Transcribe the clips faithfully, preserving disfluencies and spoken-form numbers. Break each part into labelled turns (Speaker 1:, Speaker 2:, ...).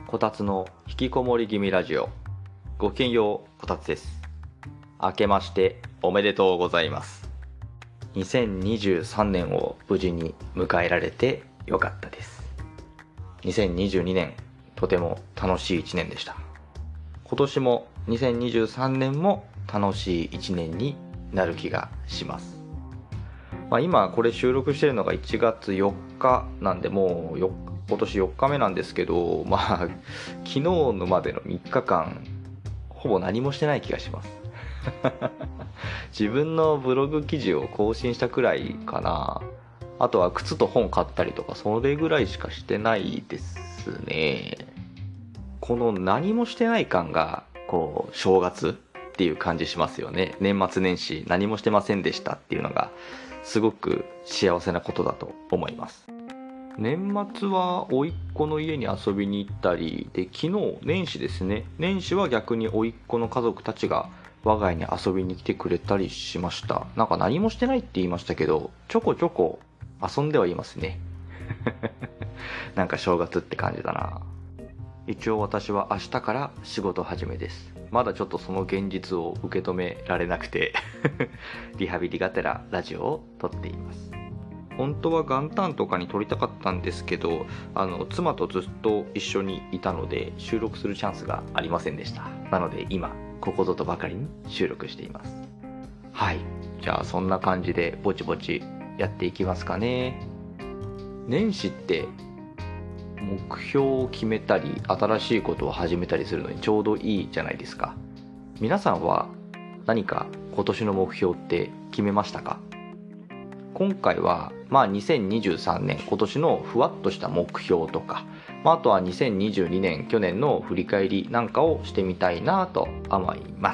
Speaker 1: こたつの引きこもり気味ラジオ。ごきげんよう、こたつです。明けましておめでとうございます。にせんにじゅうさんねんを無事に迎えられてよかったです。にせんにじゅうにねん、とても楽しいいちねんでした。今年もにせんにじゅうさんねんも楽しいいちねんになる気がします。まあ、今これ収録してるのがいちがつよっかなんで、もうよ今年よっかめなんですけど、まあ昨日のまでのみっかかんほぼ何もしてない気がします自分のブログ記事を更新したくらいかな。あとは靴と本買ったりとか、それぐらいしかしてないですね。この何もしてない感がこう正月っていう感じしますよね。年末年始何もしてませんでしたっていうのがすごく幸せなことだと思います。年末は甥っ子の家に遊びに行ったりで、昨日年始ですね。年始は逆に甥っ子の家族たちが我が家に遊びに来てくれたりしました。なんか何もしてないって言いましたけど、ちょこちょこ遊んではいますねなんか正月って感じだな。一応私は明日から仕事始めです。まだちょっとその現実を受け止められなくてリハビリがてらラジオを撮っています。本当は元旦とかに撮りたかったんですけど、あの妻とずっと一緒にいたので収録するチャンスがありませんでした。なので今ここぞとばかりに収録しています。はい、じゃあそんな感じでぼちぼちやっていきますかね。年始って目標を決めたり新しいことを始めたりするのにちょうどいいじゃないですか。皆さんは何か今年の目標って決めましたか？今回はまあにせんにじゅうさんねん今年のふわっとした目標とか、まあ、あとはにせんにじゅうにねん去年の振り返りなんかをしてみたいなと思います。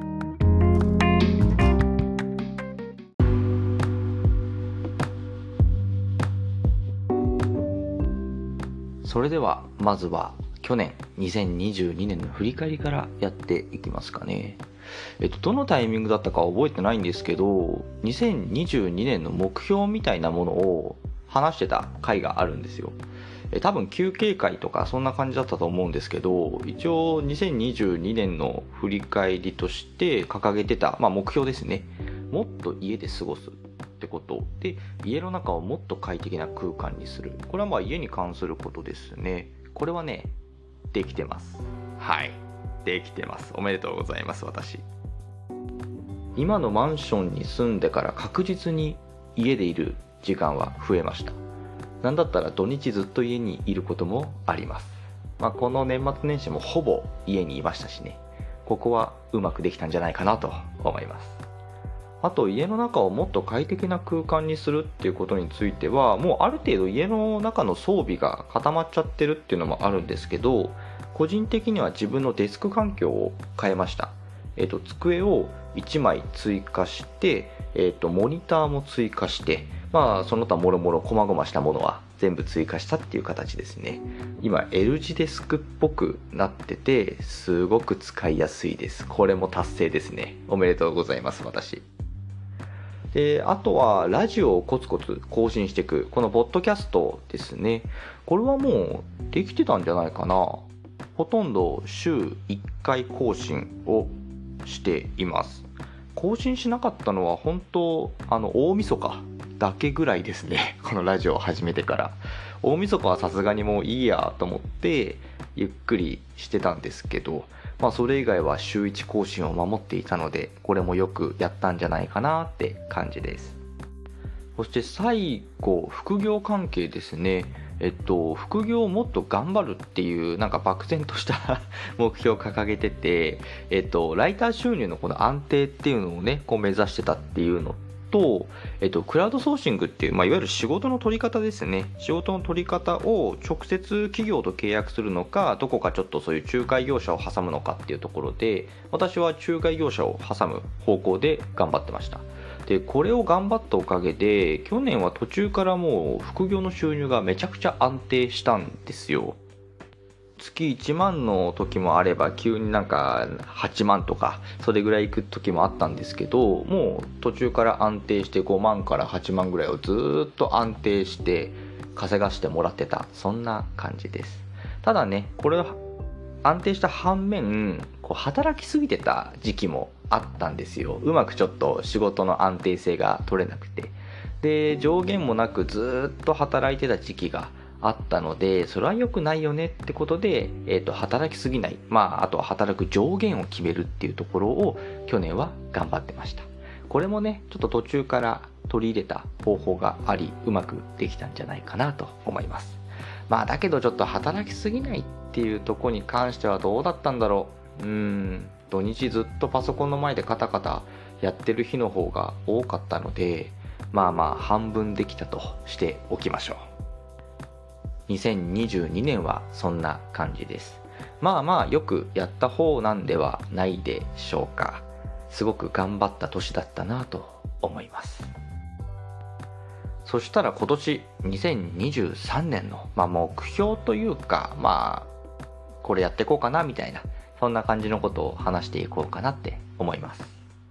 Speaker 1: それではまずは去年にせんにじゅうにねんの振り返りからやっていきますかね。えっと、どのタイミングだったか覚えてないんですけど、にせんにじゅうにねんの目標みたいなものを話してた回があるんですよ。え多分休憩会とかそんな感じだったと思うんですけど、一応にせんにじゅうにねんの振り返りとして掲げてた、まあ、目標ですね。もっと家で過ごすってことで、家の中をもっと快適な空間にする。これはまあ家に関することですね。これはね、できてます。はい、できてます。おめでとうございます。私今のマンションに住んでから確実に家でいる時間は増えました。なんだったら土日ずっと家にいることもあります。まあ、この年末年始もほぼ家にいましたしね。ここはうまくできたんじゃないかなと思います。あと家の中をもっと快適な空間にするっていうことについては、もうある程度家の中の装備が固まっちゃってるっていうのもあるんですけど、個人的には自分のデスク環境を変えました。えっと、机をいちまい追加して、えっと、モニターも追加して、まあその他もろもろ細々したものは全部追加したっていう形ですね。今 L 字デスクっぽくなってて、すごく使いやすいです。これも達成ですね。おめでとうございます。私で、あとはラジオをコツコツ更新していく、このポッドキャストですね。これはもうできてたんじゃないかな。ほとんど週いっかい更新をしています。更新しなかったのは本当あの大晦日だけぐらいですね。このラジオを始めてから大晦日はさすがにもういいやと思ってゆっくりしてたんですけど、まあそれ以外は週いち更新を守っていたので、これもよくやったんじゃないかなって感じです。そして最後、副業関係ですね。えっと、副業をもっと頑張るっていう、なんか漠然とした目標を掲げてて、えっと、ライター収入のこの安定っていうのをね、こう目指してたっていうのと、えっと、クラウドソーシングっていう、まあ、いわゆる仕事の取り方ですね。仕事の取り方を直接企業と契約するのか、どこかちょっとそういう仲介業者を挟むのかっていうところで、私は仲介業者を挟む方向で頑張ってました。でこれを頑張ったおかげで去年は途中からもう副業の収入がめちゃくちゃ安定したんですよ。月いちまんの時もあれば急になんかはちまんとかそれぐらいいく時もあったんですけど、もう途中から安定してごまんからはちまんぐらいをずっと安定して稼がしてもらってた、そんな感じです。 ただね、これは安定した反面、こう働きすぎてた時期もあったんですよ。うまくちょっと仕事の安定性が取れなくて。で、上限もなくずっと働いてた時期があったので、それは良くないよねってことで、えっと、働きすぎない。まあ、あとは働く上限を決めるっていうところを去年は頑張ってました。これもね、ちょっと途中から取り入れた方法があり、うまくできたんじゃないかなと思います。まあ、だけどちょっと働きすぎないっていうところに関してはどうだったんだろう。うーん、土日ずっとパソコンの前でカタカタやってる日の方が多かったので、まあまあ半分できたとしておきましょう。にせんにじゅうにねんはそんな感じです。まあまあよくやった方なんではないでしょうか。すごく頑張った年だったなと思います。そしたら今年にせんにじゅうさんねんの、まあ、目標というか、まあこれやっていこうかなみたいな、そんな感じのことを話していこうかなって思います。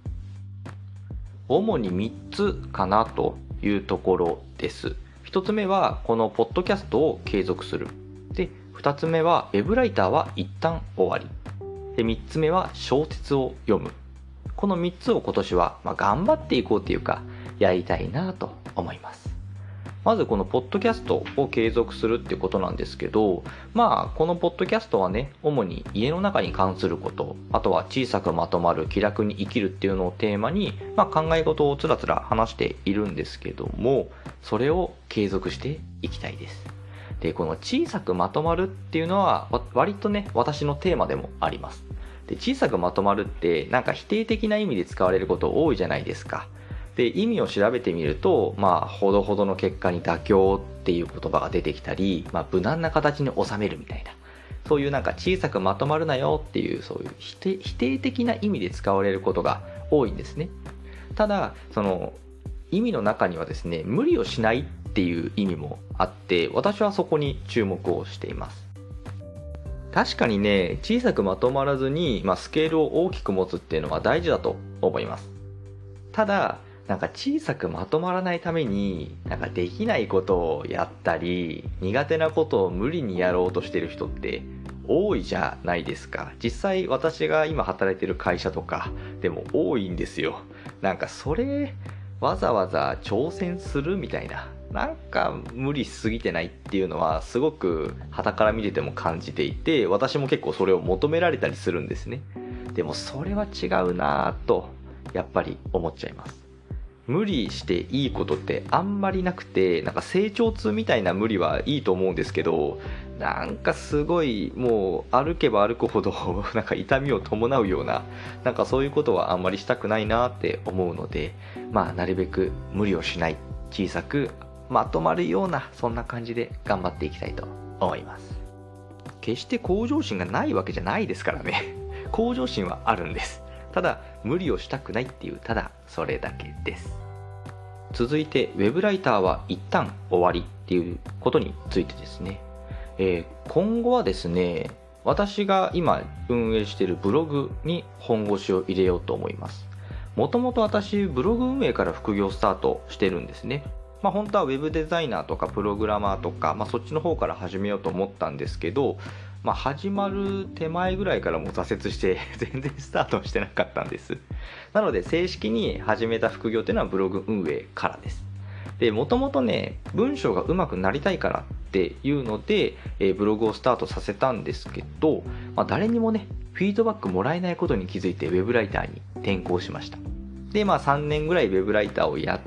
Speaker 1: 主にみっつかなというところです。ひとつめはこのポッドキャストを継続する。で、ふたつめはウェブライターは一旦終わり。で、みっつめは小説を読む。このみっつを今年は、まあ、頑張っていこうっていうかやりたいなと思います。まずこのポッドキャストを継続するっていうことなんですけど、まあこのポッドキャストはね、主に家の中に関すること、あとは小さくまとまる気楽に生きるっていうのをテーマに、まあ、考え事をつらつら話しているんですけども、それを継続していきたいです。で、この小さくまとまるっていうのは割とね、私のテーマでもあります。で、小さくまとまるってなんか否定的な意味で使われること多いじゃないですか。で、意味を調べてみると、まあほどほどの結果に妥協っていう言葉が出てきたり、まあ、無難な形に収めるみたいな、そういうなんか小さくまとまるなよっていう、そういう否定、否定的な意味で使われることが多いんですね。ただその意味の中にはですね、無理をしないっていう意味もあって、私はそこに注目をしています。確かにね、小さくまとまらずに、まあ、スケールを大きく持つっていうのは大事だと思います。ただなんか小さくまとまらないために、なんかできないことをやったり、苦手なことを無理にやろうとしてる人って多いじゃないですか。実際私が今働いてる会社とかでも多いんですよ。なんかそれわざわざ挑戦するみたいな、なんか無理しすぎてないっていうのはすごく傍から見てても感じていて、私も結構それを求められたりするんですね。でもそれは違うなぁとやっぱり思っちゃいます。無理していいことってあんまりなくて、なんか成長痛みたいな無理はいいと思うんですけど、なんかすごいもう歩けば歩くほどなんか痛みを伴うような、なんかそういうことはあんまりしたくないなって思うので、まあなるべく無理をしない、小さくまとまるような、そんな感じで頑張っていきたいと思います。決して向上心がないわけじゃないですからね。向上心はあるんです。ただ無理をしたくないっていう、ただそれだけです。続いてウェブライターは一旦終わりっていうことについてですね、えー、今後はですね、私が今運営しているブログに本腰を入れようと思います。もともと私ブログ運営から副業スタートしてるんですね。まあ本当はウェブデザイナーとかプログラマーとか、まあ、そっちの方から始めようと思ったんですけど、まあ、始まる手前ぐらいからもう挫折して全然スタートしてなかったんです。なので正式に始めた副業っていうのはブログ運営からです。で、もともとね、文章が上手くなりたいからっていうので、えー、ブログをスタートさせたんですけど、まあ、誰にもねフィードバックもらえないことに気づいてウェブライターに転向しました。で、まあさんねんぐらいウェブライターをやって、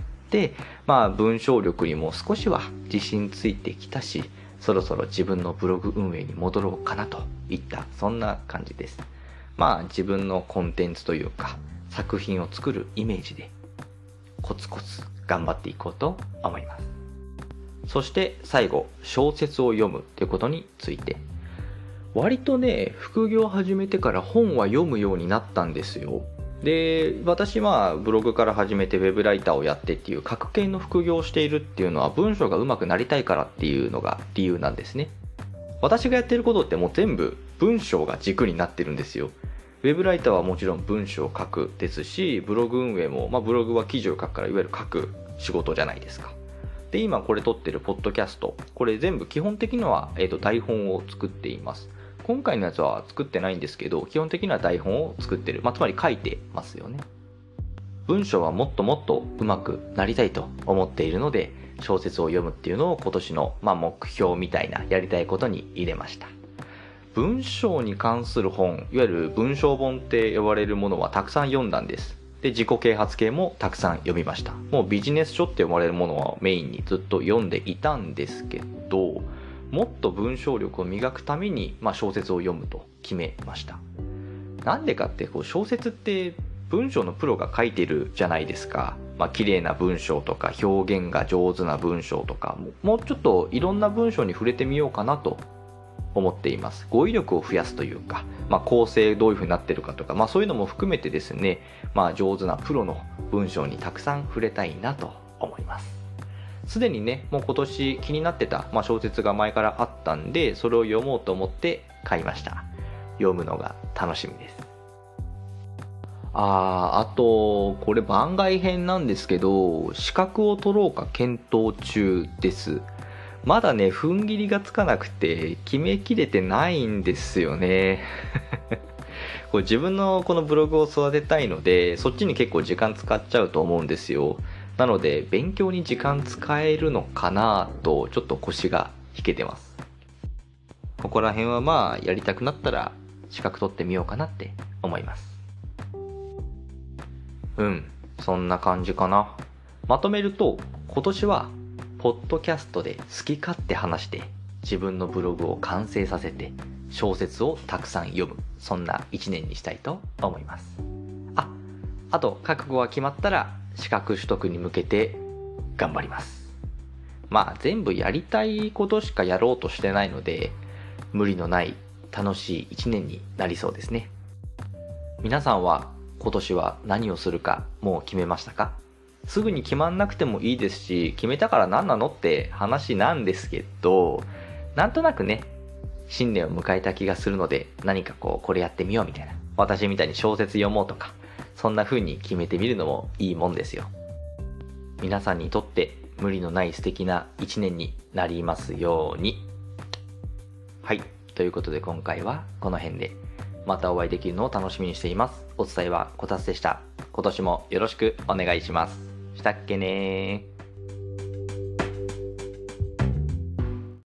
Speaker 1: まあ文章力にも少しは自信ついてきたし、そろそろ自分のブログ運営に戻ろうかなといった、そんな感じです。まあ自分のコンテンツというか作品を作るイメージでコツコツ頑張っていこうと思います。そして最後、小説を読むということについて、割とね副業を始めてから本は読むようになったんですよ。で、私はブログから始めてウェブライターをやってっていう書く系の副業をしているっていうのは、文章が上手くなりたいからっていうのが理由なんですね。私がやってることってもう全部文章が軸になってるんですよ。ウェブライターはもちろん文章を書くですし、ブログ運営も、まあ、ブログは記事を書くからいわゆる書く仕事じゃないですか。 で、今これ撮ってるポッドキャスト、これ全部基本的には、えーと、台本を作っています。今回のやつは作ってないんですけど、基本的には台本を作ってる。まあ、つまり書いてますよね。文章はもっともっと上手くなりたいと思っているので、小説を読むっていうのを今年の、まあ、目標みたいなやりたいことに入れました。文章に関する本、いわゆる文章本って呼ばれるものはたくさん読んだんです。で、自己啓発系もたくさん読みました。もうビジネス書って呼ばれるものはメインにずっと読んでいたんですけど、もっと文章力を磨くために、まあ、小説を読むと決めました。なんでかってこう小説って文章のプロが書いてるじゃないですか。まあ、綺麗な文章とか表現が上手な文章とか、もうちょっといろんな文章に触れてみようかなと思っています。語彙力を増やすというか、まあ、構成どういう風になってるかとか、まあ、そういうのも含めてですね、まあ、上手なプロの文章にたくさん触れたいなと思います。すでにね、もう今年気になってた、まあ、小説が前からあったんで、それを読もうと思って買いました。読むのが楽しみです。あー、あと、これ番外編なんですけど、資格を取ろうか検討中です。まだね、踏ん切りがつかなくて、決めきれてないんですよね。これ自分のこのブログを育てたいので、そっちに結構時間使っちゃうと思うんですよ。なので、勉強に時間使えるのかなと、ちょっと腰が引けてます。ここら辺はまあ、やりたくなったら、資格取ってみようかなって思います。うん、そんな感じかな。まとめると、今年は、ポッドキャストで好き勝手話して、自分のブログを完成させて、小説をたくさん読む。そんな一年にしたいと思います。あ、あと、覚悟が決まったら、資格取得に向けて頑張ります。まあ、全部やりたいことしかやろうとしてないので、無理のない楽しい一年になりそうですね。皆さんは今年は何をするかもう決めましたか？すぐに決まんなくてもいいですし、決めたから何なのって話なんですけど、なんとなくね、新年を迎えた気がするので、何かこう、これやってみようみたいな。私みたいに小説読もうとか、そんな風に決めてみるのもいいもんですよ。皆さんにとって無理のない素敵な一年になりますように。はい。ということで今回はこの辺で。またお会いできるのを楽しみにしています。お伝えはこたつでした。今年もよろしくお願いします。したっけねー。